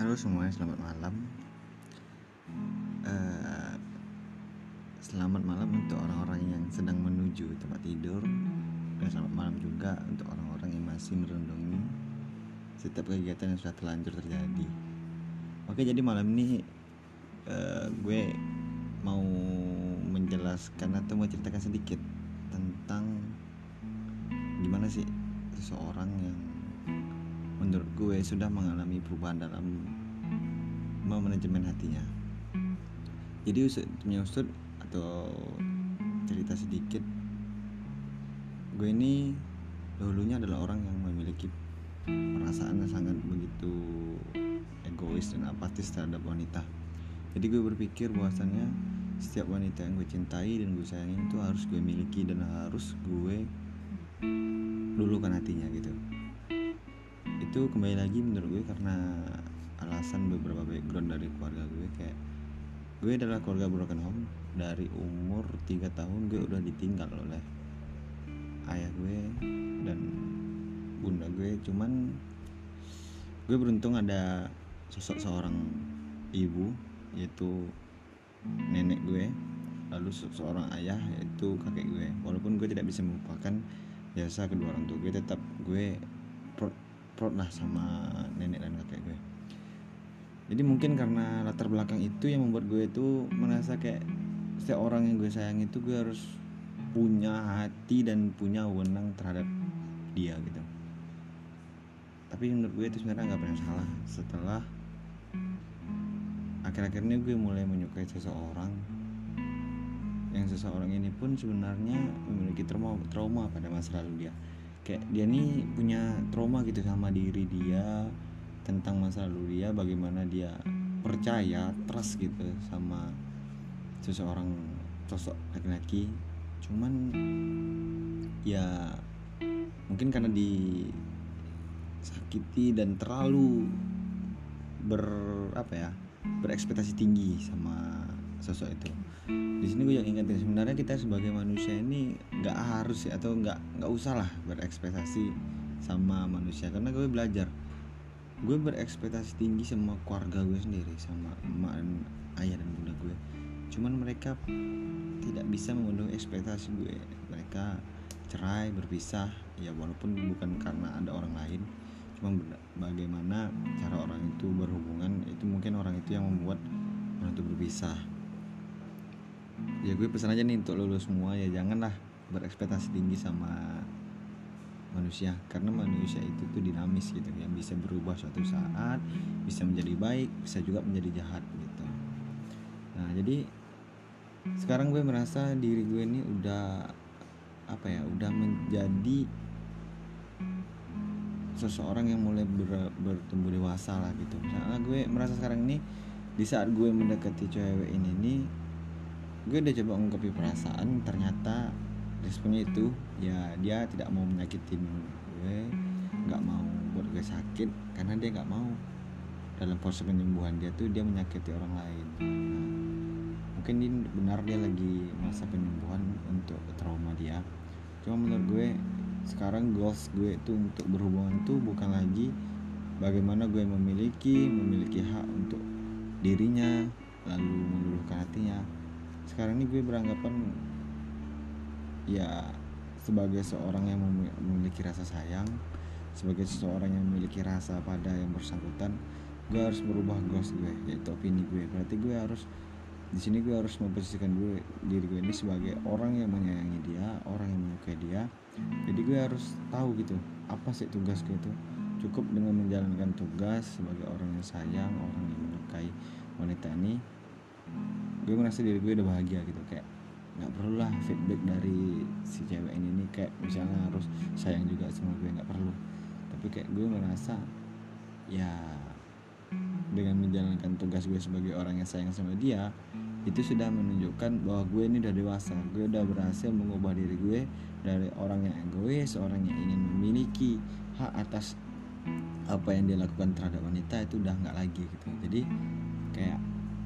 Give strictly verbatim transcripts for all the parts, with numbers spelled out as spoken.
Halo semuanya, selamat malam. Uh, selamat malam untuk orang-orang yang sedang menuju tempat tidur, dan selamat malam juga untuk orang-orang yang masih merundungi setiap kegiatan yang sudah terlanjur terjadi. Oke, jadi malam ini uh, gue mau menjelaskan atau menceritakan sedikit tentang gimana sih seseorang yang menurut gue sudah mengalami perubahan dalam memanajemen hatinya. Jadi punya usut atau cerita sedikit, gue ini dahulunya adalah orang yang memiliki perasaan yang sangat begitu egois dan apatis terhadap wanita. Jadi gue berpikir bahwasannya setiap wanita yang gue cintai dan gue sayangin itu harus gue miliki dan harus gue luluhkan hatinya gitu. Itu kembali lagi menurut gue karena alasan beberapa background dari keluarga gue. Kayak gue adalah keluarga broken home. Dari umur tiga tahun gue udah ditinggal oleh ayah gue dan bunda gue. Cuman gue beruntung ada sosok seorang ibu, yaitu nenek gue, lalu seorang ayah, yaitu kakek gue. Walaupun gue tidak bisa melupakan jasa kedua orang tua gue, tetap gue proud, proud lah sama nenek dan kakek gue. Jadi mungkin karena latar belakang itu yang membuat gue itu merasa kayak setiap orang yang gue sayang itu gue harus punya hati dan punya wewenang terhadap dia gitu. Tapi menurut gue itu sebenarnya gak pernah salah. Setelah akhir-akhir ini gue mulai menyukai seseorang, yang seseorang ini pun sebenarnya memiliki trauma, trauma pada masa lalu dia. Kayak dia nih punya trauma gitu sama diri dia, tentang masa lalu dia, bagaimana dia percaya, trust gitu sama seseorang sosok laki-laki. Cuman ya mungkin karena disakiti dan terlalu ber apa ya berekspektasi tinggi sama sosok itu. Di sini gue yang ingetin sebenarnya kita sebagai manusia ini nggak harus ya, atau nggak nggak usah lah berekspektasi sama manusia, karena gue belajar. Gue berekspektasi tinggi sama keluarga gue sendiri, sama emak dan ayah dan bunda gue. Cuman mereka tidak bisa memenuhi ekspektasi gue. Mereka cerai, berpisah, ya walaupun bukan karena ada orang lain, cuma bagaimana cara orang itu berhubungan, itu mungkin orang itu yang membuat orang itu berpisah. Ya gue pesan aja nih untuk lulus semua, ya janganlah berekspektasi tinggi sama manusia, karena manusia itu tuh dinamis gitu, yang bisa berubah suatu saat, bisa menjadi baik, bisa juga menjadi jahat gitu. Nah jadi sekarang gue merasa diri gue ini udah apa ya udah menjadi seseorang yang mulai ber, bertumbuh dewasa lah gitu. Misalnya gue merasa sekarang ini di saat gue mendekati cewek ini nih, gue udah coba ungkapin perasaan, ternyata responnya itu ya dia tidak mau menyakitin gue, nggak mau buat gue sakit, karena dia nggak mau dalam proses penyembuhan dia tuh dia menyakiti orang lain. Nah, mungkin ini benar dia lagi masa penyembuhan untuk trauma dia. Cuma menurut gue sekarang goals gue itu untuk berhubungan tuh bukan lagi bagaimana gue memiliki memiliki hak untuk dirinya lalu meluluhkan hatinya. Sekarang ini gue beranggapan ya sebagai seorang yang memiliki rasa sayang, sebagai seseorang yang memiliki rasa pada yang bersangkutan, gue harus merubah goals gue, yaitu opini gue. Berarti gue harus di sini gue harus memposisikan gue diri gue ini sebagai orang yang menyayangi dia, orang yang menyukai dia. Jadi gue harus tahu gitu apa sih tugas gue itu. Cukup dengan menjalankan tugas sebagai orang yang sayang, orang yang menyukai wanita ini, gue merasa diri gue udah bahagia gitu. Kayak nggak perlu lah feedback dari si cewek ini nih, kayak misalnya harus sayang juga sama gue, nggak perlu. Tapi kayak gue merasa ya dengan menjalankan tugas gue sebagai orang yang sayang sama dia, itu sudah menunjukkan bahwa gue ini udah dewasa. Gue udah berhasil mengubah diri gue dari orang yang egois, orang yang ingin memiliki hak atas apa yang dia lakukan terhadap wanita, itu udah nggak lagi gitu. Jadi kayak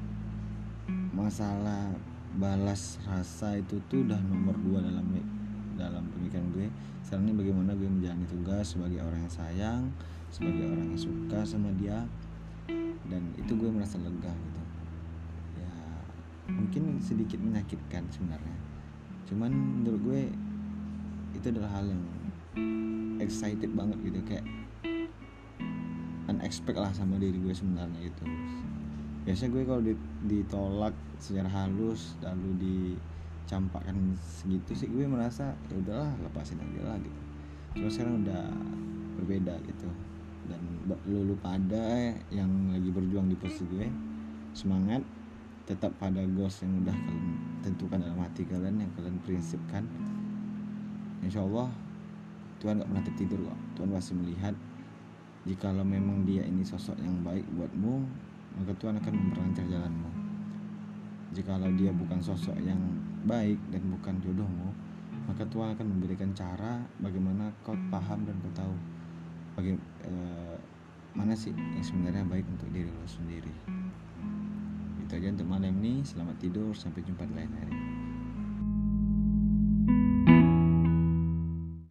masalah balas rasa itu tuh udah nomor dua dalam dalam pemikiran gue. Sekarang ini bagaimana gue menjalani tugas sebagai orang yang sayang, sebagai orang yang suka sama dia, dan itu gue merasa lega gitu. Ya mungkin sedikit menyakitkan sebenarnya, cuman menurut gue itu adalah hal yang excited banget gitu, kayak unexpected lah sama diri gue sebenarnya gitu. Biasanya gue kalau ditolak secara halus lalu dicampakkan segitu sih gue merasa ya udahlah, lepasin aja lah gitu. Cuma sekarang udah berbeda gitu. Dan lu, lu pada yang lagi berjuang di posisi gue, semangat, tetap pada goals yang udah kalian tentukan dalam hati kalian, yang kalian prinsipkan. Insya Allah Tuhan gak pernah tertidur kok. Tuhan pasti melihat. Jikalau memang dia ini sosok yang baik buatmu, maka Tuhan akan memperlancar jalanmu. Jikalau dia bukan sosok yang baik dan bukan jodohmu, maka Tuhan akan memberikan cara bagaimana kau paham dan kau tahu bagaimana eh, mana sih yang sebenarnya baik untuk diri lo sendiri. Itu aja untuk malam ini. Selamat tidur, sampai jumpa di lain hari.